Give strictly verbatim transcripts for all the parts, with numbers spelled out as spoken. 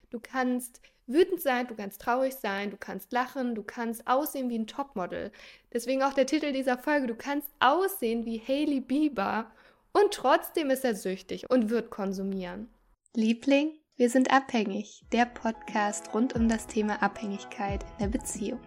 du kannst wütend sein, du kannst traurig sein, du kannst lachen, du kannst aussehen wie ein Topmodel. Deswegen auch der Titel dieser Folge, du kannst aussehen wie Hailey Bieber und trotzdem ist er süchtig und wird konsumieren. Liebling, wir sind abhängig, der Podcast rund um das Thema Abhängigkeit in der Beziehung.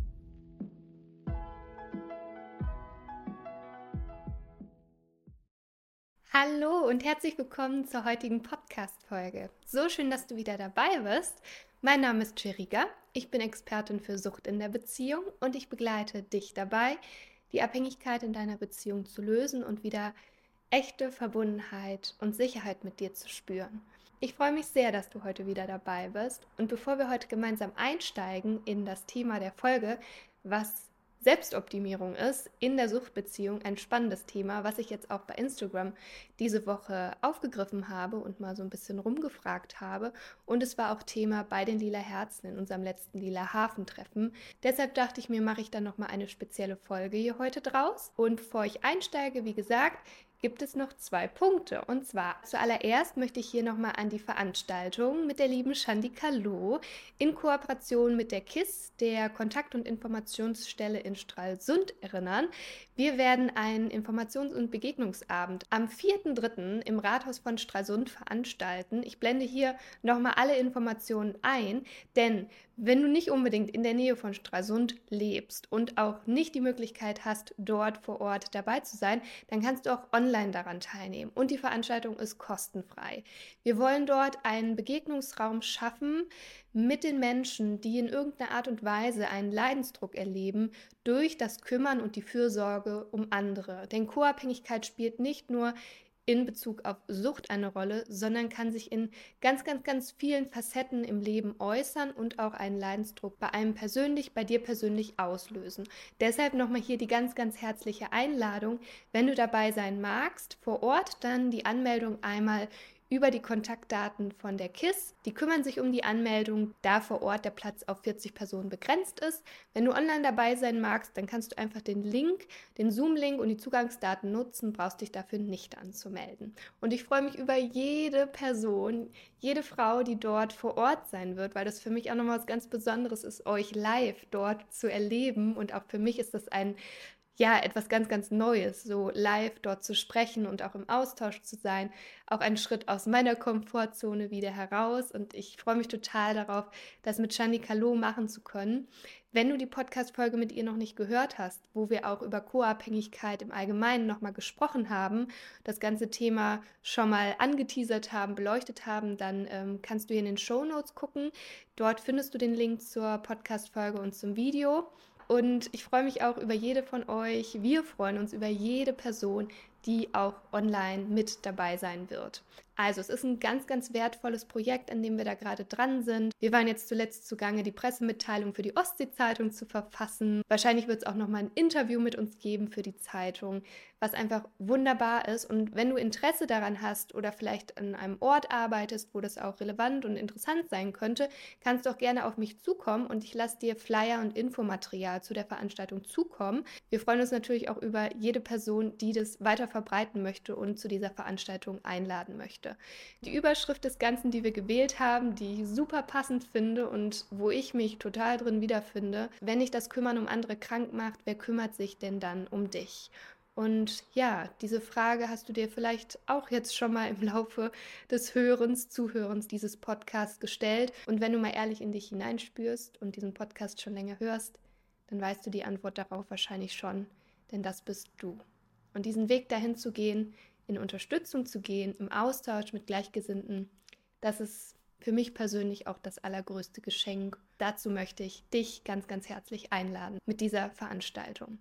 Hallo und herzlich willkommen zur heutigen Podcast-Folge. So schön, dass du wieder dabei bist. Mein Name ist Cheriga, ich bin Expertin für Sucht in der Beziehung und ich begleite dich dabei, die Abhängigkeit in deiner Beziehung zu lösen und wieder echte Verbundenheit und Sicherheit mit dir zu spüren. Ich freue mich sehr, dass du heute wieder dabei bist und bevor wir heute gemeinsam einsteigen in das Thema der Folge, was Selbstoptimierung ist in der Suchtbeziehung, ein spannendes Thema, was ich jetzt auch bei Instagram diese Woche aufgegriffen habe und mal so ein bisschen rumgefragt habe. Und es war auch Thema bei den Lila Herzen in unserem letzten Lila Hafen-Treffen. Deshalb dachte ich mir, mache ich dann nochmal eine spezielle Folge hier heute draus. Und bevor ich einsteige, wie gesagt, gibt es noch zwei Punkte. Und zwar zuallererst möchte ich hier nochmal an die Veranstaltung mit der lieben Shandi Kalo in Kooperation mit der K I S, der Kontakt- und Informationsstelle in Stralsund, erinnern. Wir werden einen Informations- und Begegnungsabend am vierten dritten im Rathaus von Stralsund veranstalten. Ich blende hier nochmal alle Informationen ein, denn wenn du nicht unbedingt in der Nähe von Stralsund lebst und auch nicht die Möglichkeit hast, dort vor Ort dabei zu sein, dann kannst du auch online daran teilnehmen. Und die Veranstaltung ist kostenfrei. Wir wollen dort einen Begegnungsraum schaffen mit den Menschen, die in irgendeiner Art und Weise einen Leidensdruck erleben durch das Kümmern und die Fürsorge um andere. Denn Co-Abhängigkeit spielt nicht nur in Bezug auf Sucht eine Rolle, sondern kann sich in ganz, ganz, ganz vielen Facetten im Leben äußern und auch einen Leidensdruck bei einem persönlich, bei dir persönlich auslösen. Deshalb nochmal hier die ganz, ganz herzliche Einladung, wenn du dabei sein magst, vor Ort dann die Anmeldung einmal über die Kontaktdaten von der K I S. Die kümmern sich um die Anmeldung, da vor Ort der Platz auf vierzig Personen begrenzt ist. Wenn du online dabei sein magst, dann kannst du einfach den Link, den Zoom-Link und die Zugangsdaten nutzen, brauchst dich dafür nicht anzumelden. Und ich freue mich über jede Person, jede Frau, die dort vor Ort sein wird, weil das für mich auch nochmal was ganz Besonderes ist, euch live dort zu erleben. Und auch für mich ist das ein ja, etwas ganz, ganz Neues, so live dort zu sprechen und auch im Austausch zu sein. Auch ein Schritt aus meiner Komfortzone wieder heraus. Und ich freue mich total darauf, das mit Shandi Kalo machen zu können. Wenn du die Podcast-Folge mit ihr noch nicht gehört hast, wo wir auch über Co-Abhängigkeit im Allgemeinen nochmal gesprochen haben, das ganze Thema schon mal angeteasert haben, beleuchtet haben, dann ähm, kannst du hier in den Shownotes gucken. Dort findest du den Link zur Podcast-Folge und zum Video. Und ich freue mich auch über jede von euch. Wir freuen uns über jede Person, die auch online mit dabei sein wird. Also es ist ein ganz, ganz wertvolles Projekt, an dem wir da gerade dran sind. Wir waren jetzt zuletzt zugange, die Pressemitteilung für die Ostsee-Zeitung zu verfassen. Wahrscheinlich wird es auch nochmal ein Interview mit uns geben für die Zeitung, was einfach wunderbar ist. Und wenn du Interesse daran hast oder vielleicht an einem Ort arbeitest, wo das auch relevant und interessant sein könnte, kannst du auch gerne auf mich zukommen und ich lasse dir Flyer und Infomaterial zu der Veranstaltung zukommen. Wir freuen uns natürlich auch über jede Person, die das weiter verbreiten möchte und zu dieser Veranstaltung einladen möchte. Die Überschrift des Ganzen, die wir gewählt haben, die ich super passend finde und wo ich mich total drin wiederfinde: Wenn dich das Kümmern um andere krank macht, wer kümmert sich denn dann um dich? Und ja, diese Frage hast du dir vielleicht auch jetzt schon mal im Laufe des Hörens, Zuhörens dieses Podcasts gestellt. Und wenn du mal ehrlich in dich hineinspürst und diesen Podcast schon länger hörst, dann weißt du die Antwort darauf wahrscheinlich schon, denn das bist du. Und diesen Weg dahin zu gehen, in Unterstützung zu gehen, im Austausch mit Gleichgesinnten, das ist für mich persönlich auch das allergrößte Geschenk. Dazu möchte ich dich ganz, ganz herzlich einladen mit dieser Veranstaltung.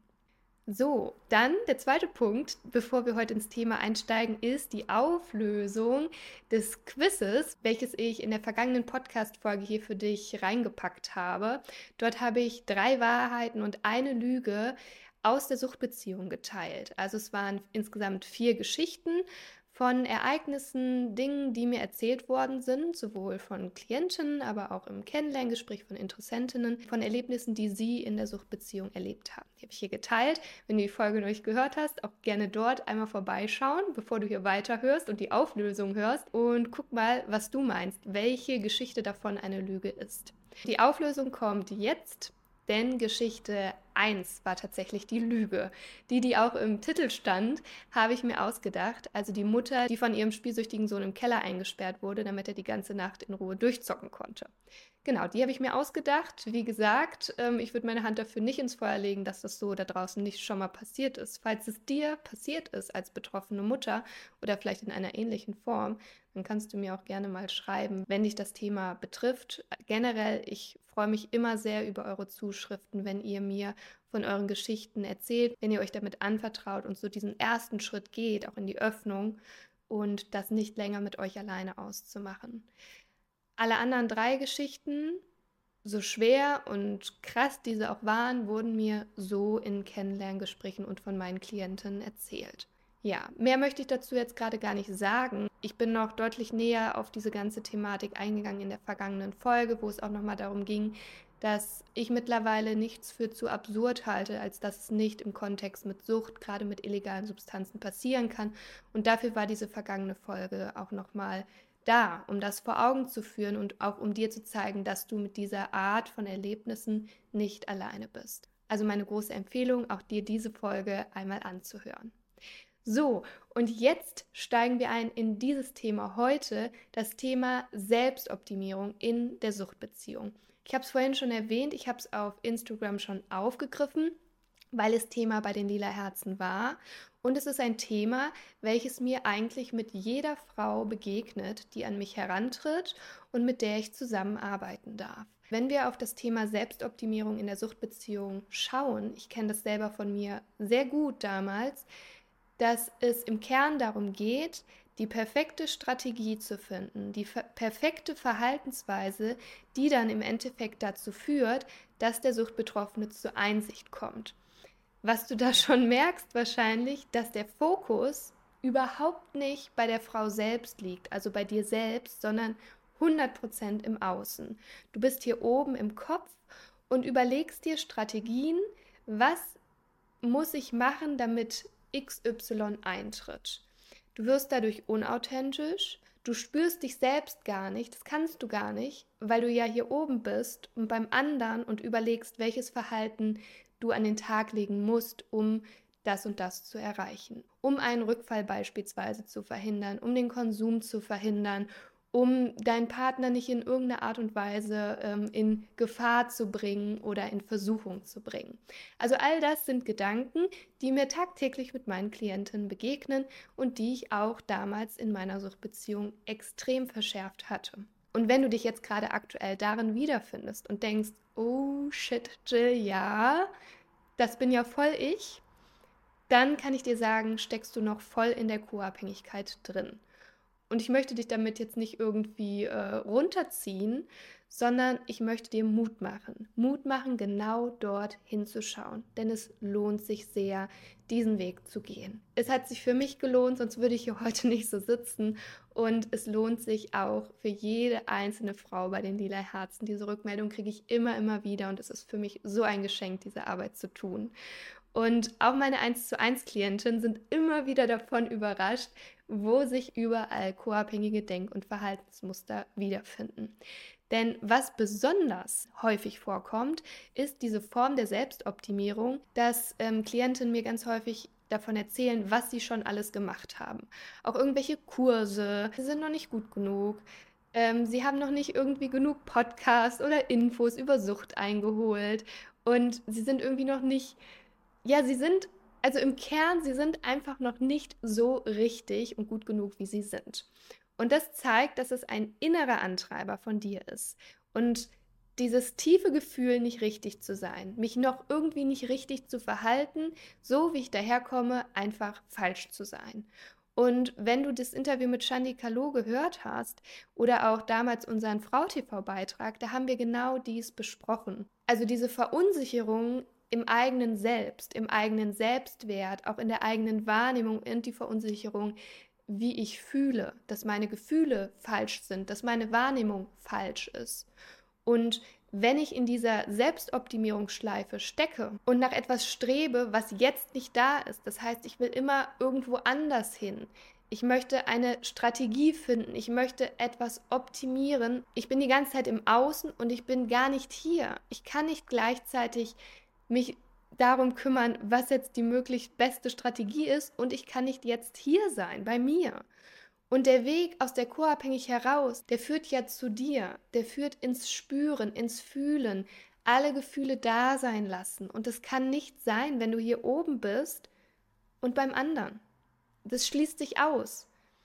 So, dann der zweite Punkt, bevor wir heute ins Thema einsteigen, ist die Auflösung des Quizzes, welches ich in der vergangenen Podcast-Folge hier für dich reingepackt habe. Dort habe ich drei Wahrheiten und eine Lüge aus der Suchtbeziehung geteilt. Also es waren insgesamt vier Geschichten von Ereignissen, Dingen, die mir erzählt worden sind, sowohl von Klientinnen, aber auch im Kennenlerngespräch von Interessentinnen, von Erlebnissen, die sie in der Suchtbeziehung erlebt haben. Die habe ich hier geteilt. Wenn du die Folge noch nicht gehört hast, auch gerne dort einmal vorbeischauen, bevor du hier weiterhörst und die Auflösung hörst, und guck mal, was du meinst, welche Geschichte davon eine Lüge ist. Die Auflösung kommt jetzt. Denn Geschichte eins war tatsächlich die Lüge. Die, die auch im Titel stand, habe ich mir ausgedacht. Also die Mutter, die von ihrem spielsüchtigen Sohn im Keller eingesperrt wurde, damit er die ganze Nacht in Ruhe durchzocken konnte. Genau, die habe ich mir ausgedacht. Wie gesagt, ähm, ich würde meine Hand dafür nicht ins Feuer legen, dass das so da draußen nicht schon mal passiert ist. Falls es dir passiert ist als betroffene Mutter oder vielleicht in einer ähnlichen Form, dann kannst du mir auch gerne mal schreiben, wenn dich das Thema betrifft. Generell, ich freue mich immer sehr über eure Zuschriften, wenn ihr mir von euren Geschichten erzählt, wenn ihr euch damit anvertraut und so diesen ersten Schritt geht, auch in die Öffnung und das nicht länger mit euch alleine auszumachen. Alle anderen drei Geschichten, so schwer und krass diese auch waren, wurden mir so in Kennenlerngesprächen und von meinen Klientinnen erzählt. Ja, mehr möchte ich dazu jetzt gerade gar nicht sagen. Ich bin noch deutlich näher auf diese ganze Thematik eingegangen in der vergangenen Folge, wo es auch nochmal darum ging, dass ich mittlerweile nichts für zu absurd halte, als dass es nicht im Kontext mit Sucht, gerade mit illegalen Substanzen passieren kann. Und dafür war diese vergangene Folge auch nochmal da, um das vor Augen zu führen und auch um dir zu zeigen, dass du mit dieser Art von Erlebnissen nicht alleine bist. Also meine große Empfehlung, auch dir diese Folge einmal anzuhören. So, und jetzt steigen wir ein in dieses Thema heute, das Thema Selbstoptimierung in der Suchtbeziehung. Ich habe es vorhin schon erwähnt, ich habe es auf Instagram schon aufgegriffen, weil es Thema bei den Lila Herzen war. Und es ist ein Thema, welches mir eigentlich mit jeder Frau begegnet, die an mich herantritt und mit der ich zusammenarbeiten darf. Wenn wir auf das Thema Selbstoptimierung in der Suchtbeziehung schauen, ich kenne das selber von mir sehr gut damals, dass es im Kern darum geht, die perfekte Strategie zu finden, die ver- perfekte Verhaltensweise, die dann im Endeffekt dazu führt, dass der Suchtbetroffene zur Einsicht kommt. Was du da schon merkst wahrscheinlich, dass der Fokus überhaupt nicht bei der Frau selbst liegt, also bei dir selbst, sondern hundert Prozent im Außen. Du bist hier oben im Kopf und überlegst dir Strategien, was muss ich machen, damit X Y eintritt. Du wirst dadurch unauthentisch, du spürst dich selbst gar nicht, das kannst du gar nicht, weil du ja hier oben bist und beim anderen und überlegst, welches Verhalten du an den Tag legen musst, um das und das zu erreichen. Um einen Rückfall beispielsweise zu verhindern, um den Konsum zu verhindern, um deinen Partner nicht in irgendeiner Art und Weise ähm, in Gefahr zu bringen oder in Versuchung zu bringen. Also all das sind Gedanken, die mir tagtäglich mit meinen Klientinnen begegnen und die ich auch damals in meiner Suchtbeziehung extrem verschärft hatte. Und wenn du dich jetzt gerade aktuell darin wiederfindest und denkst, oh shit, Jill, ja, das bin ja voll ich, dann kann ich dir sagen, steckst du noch voll in der Co-Abhängigkeit drin. Und ich möchte dich damit jetzt nicht irgendwie äh, runterziehen, sondern ich möchte dir Mut machen. Mut machen, genau dort hinzuschauen. Denn es lohnt sich sehr, diesen Weg zu gehen. Es hat sich für mich gelohnt, sonst würde ich hier heute nicht so sitzen. Und es lohnt sich auch für jede einzelne Frau bei den Lila Herzen. Diese Rückmeldung kriege ich immer, immer wieder. Und es ist für mich so ein Geschenk, diese Arbeit zu tun. Und auch meine eins zu eins Klientinnen sind immer wieder davon überrascht, wo sich überall co-abhängige Denk- und Verhaltensmuster wiederfinden. Denn was besonders häufig vorkommt, ist diese Form der Selbstoptimierung, dass ähm, Klientinnen mir ganz häufig davon erzählen, was sie schon alles gemacht haben. Auch irgendwelche Kurse, sie sind noch nicht gut genug. Ähm, sie haben noch nicht irgendwie genug Podcasts oder Infos über Sucht eingeholt und sie sind irgendwie noch nicht, ja, sie sind, also im Kern, sie sind einfach noch nicht so richtig und gut genug, wie sie sind. Und das zeigt, dass es ein innerer Antreiber von dir ist. Und dieses tiefe Gefühl, nicht richtig zu sein, mich noch irgendwie nicht richtig zu verhalten, so wie ich daherkomme, einfach falsch zu sein. Und wenn du das Interview mit Shandi Kalo gehört hast oder auch damals unseren Frau-T V-Beitrag, da haben wir genau dies besprochen. Also diese Verunsicherung im eigenen Selbst, im eigenen Selbstwert, auch in der eigenen Wahrnehmung und die Verunsicherung, wie ich fühle, dass meine Gefühle falsch sind, dass meine Wahrnehmung falsch ist. Und wenn ich in dieser Selbstoptimierungsschleife stecke und nach etwas strebe, was jetzt nicht da ist, das heißt, ich will immer irgendwo anders hin. Ich möchte eine Strategie finden, ich möchte etwas optimieren. Ich bin die ganze Zeit im Außen und ich bin gar nicht hier. Ich kann nicht gleichzeitig mich darum kümmern, was jetzt die möglichst beste Strategie ist, und ich kann nicht jetzt hier sein, bei mir. Und der Weg aus der Co-Abhängig heraus, der führt ja zu dir, der führt ins Spüren, ins Fühlen, alle Gefühle da sein lassen. Und es kann nicht sein, wenn du hier oben bist und beim anderen. Das schließt dich aus.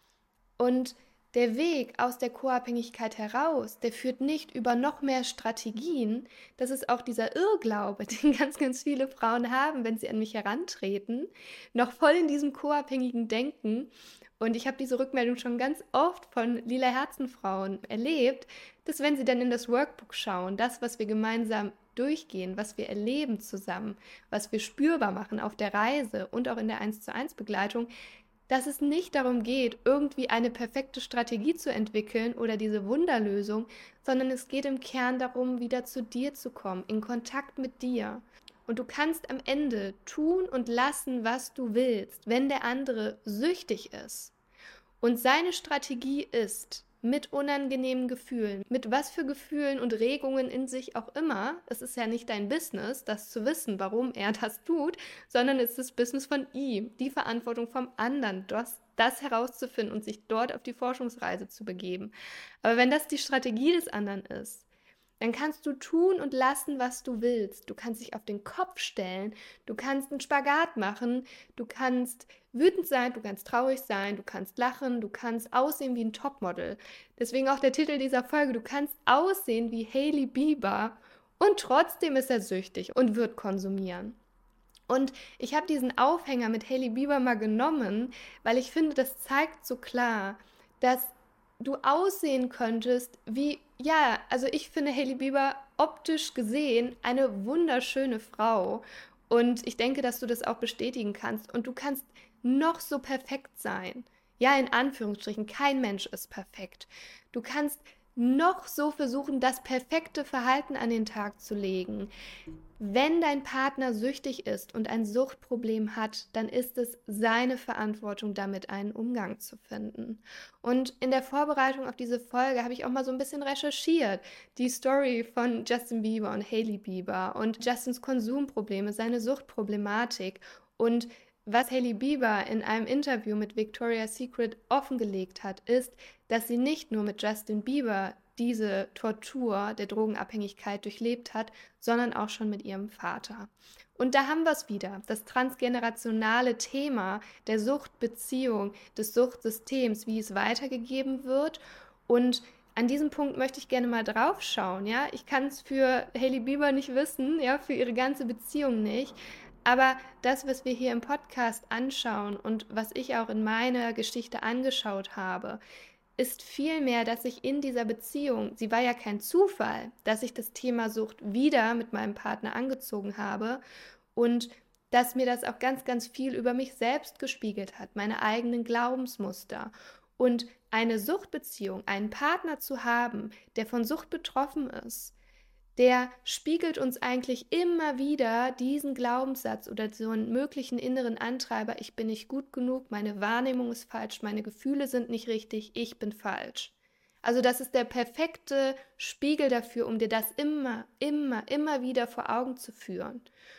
Und der Weg aus der Co-Abhängigkeit heraus, der führt nicht über noch mehr Strategien. Das ist auch dieser Irrglaube, den ganz, ganz viele Frauen haben, wenn sie an mich herantreten, noch voll in diesem co-abhängigen Denken. Und ich habe diese Rückmeldung schon ganz oft von lila Herzen-Frauen erlebt, dass wenn sie dann in das Workbook schauen, das, was wir gemeinsam durchgehen, was wir erleben zusammen, was wir spürbar machen auf der Reise und auch in der eins zu eins Begleitung, dass es nicht darum geht, irgendwie eine perfekte Strategie zu entwickeln oder diese Wunderlösung, sondern es geht im Kern darum, wieder zu dir zu kommen, in Kontakt mit dir. Und du kannst am Ende tun und lassen, was du willst, wenn der andere süchtig ist. Und seine Strategie ist, mit unangenehmen Gefühlen, mit was für Gefühlen und Regungen in sich auch immer, es ist ja nicht dein Business, das zu wissen, warum er das tut, sondern es ist das Business von ihm, die Verantwortung vom anderen, das, das herauszufinden und sich dort auf die Forschungsreise zu begeben. Aber wenn das die Strategie des anderen ist, dann kannst du tun und lassen, was du willst. Du kannst dich auf den Kopf stellen, du kannst einen Spagat machen, du kannst wütend sein, du kannst traurig sein, du kannst lachen, du kannst aussehen wie ein Topmodel. Deswegen auch der Titel dieser Folge, du kannst aussehen wie Hailey Bieber und trotzdem ist er süchtig und wird konsumieren. Und ich habe diesen Aufhänger mit Hailey Bieber mal genommen, weil ich finde, das zeigt so klar, dass du aussehen könntest wie, ja, also ich finde Hailey Bieber optisch gesehen eine wunderschöne Frau und ich denke, dass du das auch bestätigen kannst und du kannst noch so perfekt sein. Ja, in Anführungsstrichen, kein Mensch ist perfekt. Du kannst noch so versuchen, das perfekte Verhalten an den Tag zu legen. Wenn dein Partner süchtig ist und ein Suchtproblem hat, dann ist es seine Verantwortung, damit einen Umgang zu finden. Und in der Vorbereitung auf diese Folge habe ich auch mal so ein bisschen recherchiert. Die Story von Justin Bieber und Hailey Bieber und Justins Konsumprobleme, seine Suchtproblematik und was Hailey Bieber in einem Interview mit Victoria's Secret offengelegt hat, ist, dass sie nicht nur mit Justin Bieber diese Tortur der Drogenabhängigkeit durchlebt hat, sondern auch schon mit ihrem Vater. Und da haben wir es wieder, das transgenerationale Thema der Suchtbeziehung, des Suchtsystems, wie es weitergegeben wird. Und an diesem Punkt möchte ich gerne mal drauf schauen. Ja? Ich kann es für Hailey Bieber nicht wissen, ja, für ihre ganze Beziehung nicht. Aber das, was wir hier im Podcast anschauen und was ich auch in meiner Geschichte angeschaut habe, ist vielmehr, dass ich in dieser Beziehung, sie war ja kein Zufall, dass ich das Thema Sucht wieder mit meinem Partner angezogen habe und dass mir das auch ganz, ganz viel über mich selbst gespiegelt hat, meine eigenen Glaubensmuster. Und eine Suchtbeziehung, einen Partner zu haben, der von Sucht betroffen ist, der spiegelt uns eigentlich immer wieder diesen Glaubenssatz oder so einen möglichen inneren Antreiber, ich bin nicht gut genug, meine Wahrnehmung ist falsch, meine Gefühle sind nicht richtig, ich bin falsch. Also das ist der perfekte Spiegel dafür, um dir das immer, immer, immer wieder vor Augen zu führen.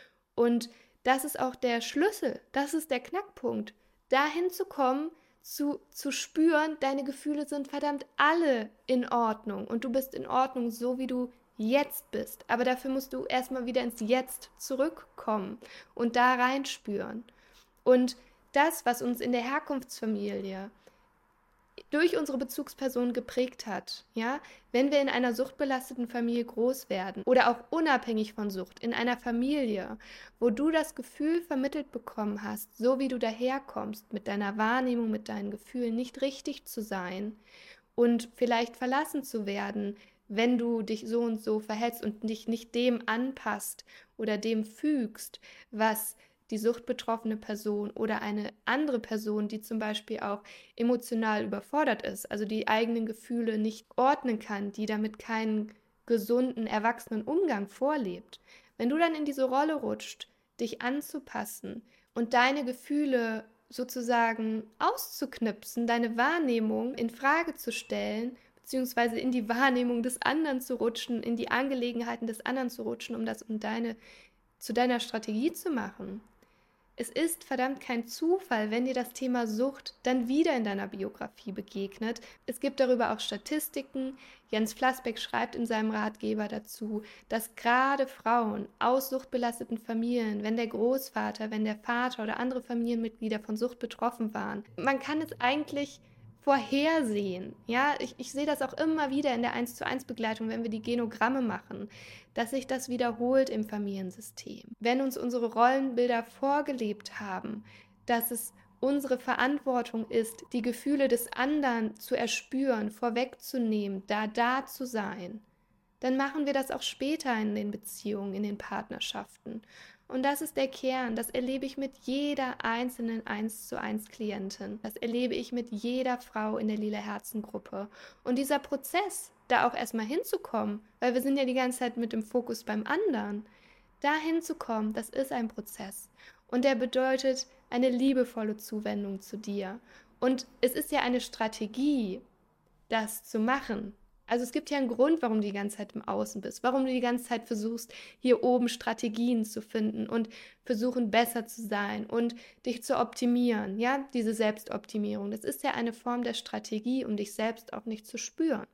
Und das ist auch der Schlüssel, das ist der Knackpunkt, dahin zu kommen, zu, zu spüren, deine Gefühle sind verdammt alle in Ordnung und du bist in Ordnung, so wie du jetzt bist. Aber dafür musst du erstmal wieder ins Jetzt zurückkommen und da reinspüren. Und das, was uns in der Herkunftsfamilie durch unsere Bezugsperson geprägt hat, ja, wenn wir in einer suchtbelasteten Familie groß werden oder auch unabhängig von Sucht, in einer Familie, wo du das Gefühl vermittelt bekommen hast, so wie du daherkommst, mit deiner Wahrnehmung, mit deinen Gefühlen nicht richtig zu sein und vielleicht verlassen zu werden, wenn du dich so und so verhältst und dich nicht dem anpasst oder dem fügst, was die suchtbetroffene Person oder eine andere Person, die zum Beispiel auch emotional überfordert ist, also die eigenen Gefühle nicht ordnen kann, die damit keinen gesunden, erwachsenen Umgang vorlebt. Wenn du dann in diese Rolle rutscht, dich anzupassen und deine Gefühle sozusagen auszuknipsen, deine Wahrnehmung in Frage zu stellen, beziehungsweise in die Wahrnehmung des anderen zu rutschen, in die Angelegenheiten des anderen zu rutschen, um das um deine, zu deiner Strategie zu machen. Es ist verdammt kein Zufall, wenn dir das Thema Sucht dann wieder in deiner Biografie begegnet. Es gibt darüber auch Statistiken. Jens Flassbeck schreibt in seinem Ratgeber dazu, dass gerade Frauen aus suchtbelasteten Familien, wenn der Großvater, wenn der Vater oder andere Familienmitglieder von Sucht betroffen waren, man kann es eigentlich vorhersehen. Ja, ich, ich sehe das auch immer wieder in der eins zu eins Begleitung, wenn wir die Genogramme machen, dass sich das wiederholt im Familiensystem. Wenn uns unsere Rollenbilder vorgelebt haben, dass es unsere Verantwortung ist, die Gefühle des anderen zu erspüren, vorwegzunehmen, da da zu sein, dann machen wir das auch später in den Beziehungen, in den Partnerschaften. Und das ist der Kern, das erlebe ich mit jeder einzelnen eins zu eins Klientin. Das erlebe ich mit jeder Frau in der Lila Herzen Gruppe. Und dieser Prozess, da auch erstmal hinzukommen, weil wir sind ja die ganze Zeit mit dem Fokus beim anderen, da hinzukommen, das ist ein Prozess. Und der bedeutet eine liebevolle Zuwendung zu dir. Und es ist ja eine Strategie, das zu machen. Also es gibt ja einen Grund, warum du die ganze Zeit im Außen bist, warum du die ganze Zeit versuchst, hier oben Strategien zu finden und versuchen, besser zu sein und dich zu optimieren, ja, diese Selbstoptimierung. Das ist ja eine Form der Strategie, um dich selbst auch nicht zu spüren.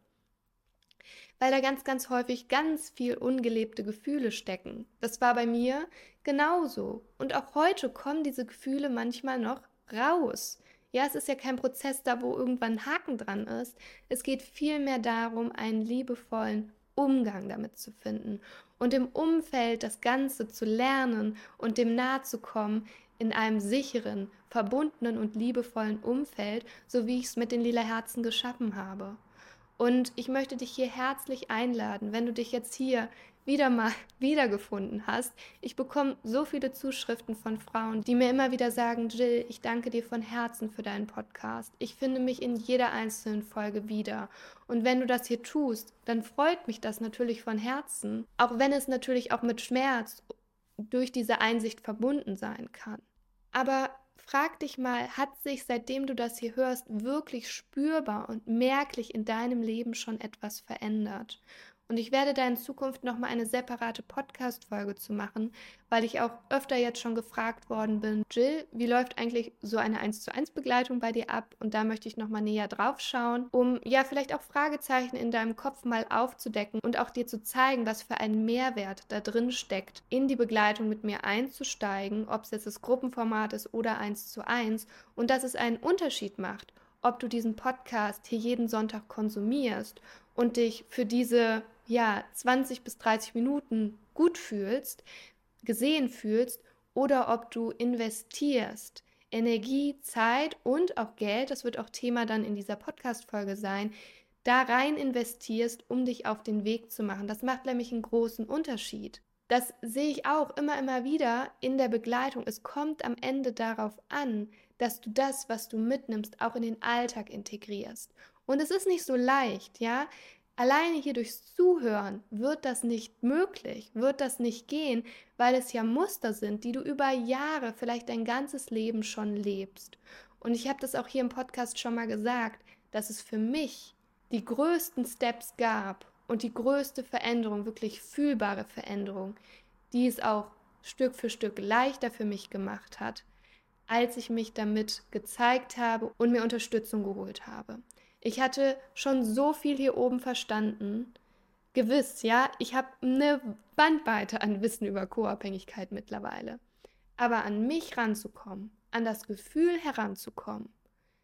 Weil da ganz, ganz häufig ganz viel ungelebte Gefühle stecken. Das war bei mir genauso. Und auch heute kommen diese Gefühle manchmal noch raus. Ja, es ist ja kein Prozess da, wo irgendwann ein Haken dran ist. Es geht vielmehr darum, einen liebevollen Umgang damit zu finden und im Umfeld das Ganze zu lernen und dem nahe zu kommen in einem sicheren, verbundenen und liebevollen Umfeld, so wie ich es mit den Lila Herzen geschaffen habe. Und ich möchte dich hier herzlich einladen, wenn du dich jetzt hier wieder mal wiedergefunden hast. Ich bekomme so viele Zuschriften von Frauen, die mir immer wieder sagen, Jill, ich danke dir von Herzen für deinen Podcast. Ich finde mich in jeder einzelnen Folge wieder. Und wenn du das hier tust, dann freut mich das natürlich von Herzen, auch wenn es natürlich auch mit Schmerz durch diese Einsicht verbunden sein kann. Aber frag dich mal, hat sich, seitdem du das hier hörst, wirklich spürbar und merklich in deinem Leben schon etwas verändert? Und ich werde da in Zukunft nochmal eine separate Podcast-Folge zu machen, weil ich auch öfter jetzt schon gefragt worden bin, Jill, wie läuft eigentlich so eine eins zu eins Begleitung bei dir ab? Und da möchte ich nochmal näher drauf schauen, um ja vielleicht auch Fragezeichen in deinem Kopf mal aufzudecken und auch dir zu zeigen, was für ein Mehrwert da drin steckt, in die Begleitung mit mir einzusteigen, ob es jetzt das Gruppenformat ist oder eins zu eins und dass es einen Unterschied macht, ob du diesen Podcast hier jeden Sonntag konsumierst und dich für diese ja, zwanzig bis dreißig Minuten gut fühlst, gesehen fühlst oder ob du investierst, Energie, Zeit und auch Geld, das wird auch Thema dann in dieser Podcast-Folge sein, da rein investierst, um dich auf den Weg zu machen. Das macht nämlich einen großen Unterschied. Das sehe ich auch immer, immer wieder in der Begleitung. Es kommt am Ende darauf an, dass du das, was du mitnimmst, auch in den Alltag integrierst. Und es ist nicht so leicht, ja. Alleine hier durchs Zuhören wird das nicht möglich, wird das nicht gehen, weil es ja Muster sind, die du über Jahre, vielleicht dein ganzes Leben schon lebst. Und ich habe das auch hier im Podcast schon mal gesagt, dass es für mich die größten Steps gab und die größte Veränderung, wirklich fühlbare Veränderung, die es auch Stück für Stück leichter für mich gemacht hat, als ich mich damit gezeigt habe und mir Unterstützung geholt habe. Ich hatte schon so viel hier oben verstanden. Gewiss, ja, ich habe eine Bandbreite an Wissen über Co-Abhängigkeit mittlerweile. Aber an mich ranzukommen, an das Gefühl heranzukommen,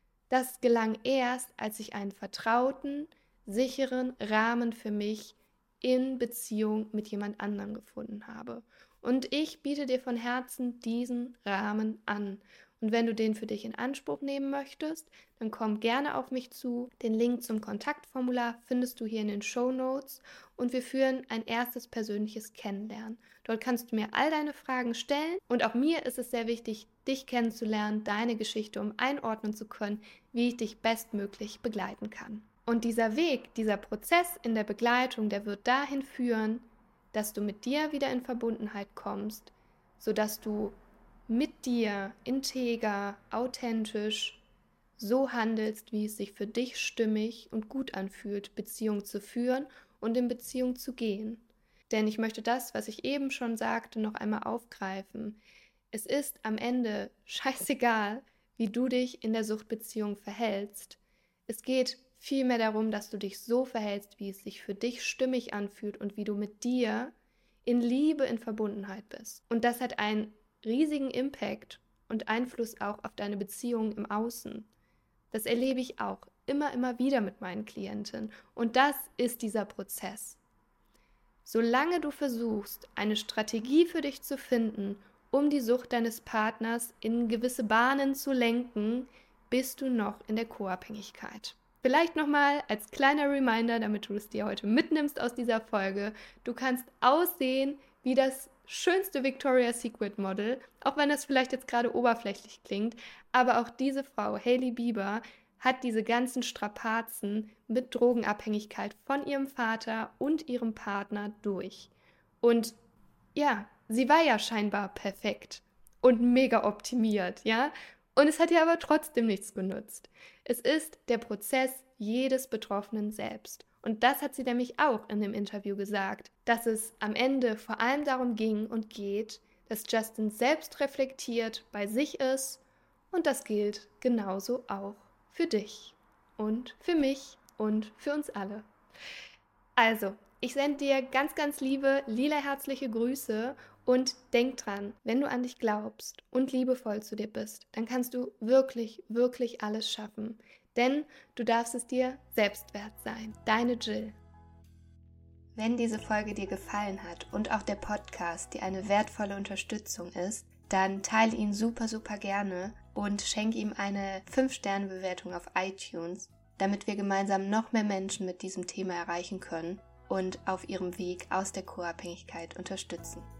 das gelang erst, als ich einen vertrauten, sicheren Rahmen für mich in Beziehung mit jemand anderem gefunden habe. Und ich biete dir von Herzen diesen Rahmen an. Und wenn du den für dich in Anspruch nehmen möchtest, dann komm gerne auf mich zu. Den Link zum Kontaktformular findest du hier in den Shownotes und wir führen ein erstes persönliches Kennenlernen. Dort kannst du mir all deine Fragen stellen und auch mir ist es sehr wichtig, dich kennenzulernen, deine Geschichte, um einordnen zu können, wie ich dich bestmöglich begleiten kann. Und dieser Weg, dieser Prozess in der Begleitung, der wird dahin führen, dass du mit dir wieder in Verbundenheit kommst, sodass du mit dir integer, authentisch so handelst, wie es sich für dich stimmig und gut anfühlt, Beziehung zu führen und in Beziehung zu gehen. Denn ich möchte das, was ich eben schon sagte, noch einmal aufgreifen. Es ist am Ende scheißegal, wie du dich in der Suchtbeziehung verhältst. Es geht vielmehr darum, dass du dich so verhältst, wie es sich für dich stimmig anfühlt und wie du mit dir in Liebe, in Verbundenheit bist. Und das hat einen riesigen Impact und Einfluss auch auf deine Beziehung im Außen. Das erlebe ich auch immer, immer wieder mit meinen Klientinnen. Und das ist dieser Prozess. Solange du versuchst, eine Strategie für dich zu finden, um die Sucht deines Partners in gewisse Bahnen zu lenken, bist du noch in der Co-Abhängigkeit. Vielleicht nochmal als kleiner Reminder, damit du es dir heute mitnimmst aus dieser Folge. Du kannst aussehen wie das schönste Victoria's Secret Model, auch wenn das vielleicht jetzt gerade oberflächlich klingt, aber auch diese Frau, Hailey Bieber, hat diese ganzen Strapazen mit Drogenabhängigkeit von ihrem Vater und ihrem Partner durch. Und ja, sie war ja scheinbar perfekt und mega optimiert, ja? Und es hat ihr aber trotzdem nichts genutzt. Es ist der Prozess jedes Betroffenen selbst. Und das hat sie nämlich auch in dem Interview gesagt, dass es am Ende vor allem darum ging und geht, dass Justin selbst reflektiert bei sich ist und das gilt genauso auch für dich und für mich und für uns alle. Also, ich sende dir ganz, ganz liebe, lila herzliche Grüße und denk dran, wenn du an dich glaubst und liebevoll zu dir bist, dann kannst du wirklich, wirklich alles schaffen. Denn du darfst es dir selbst wert sein. Deine Jill. Wenn diese Folge dir gefallen hat und auch der Podcast dir eine wertvolle Unterstützung ist, dann teile ihn super, super gerne und schenke ihm eine fünf Sterne Bewertung auf iTunes, damit wir gemeinsam noch mehr Menschen mit diesem Thema erreichen können und auf ihrem Weg aus der Co-Abhängigkeit unterstützen.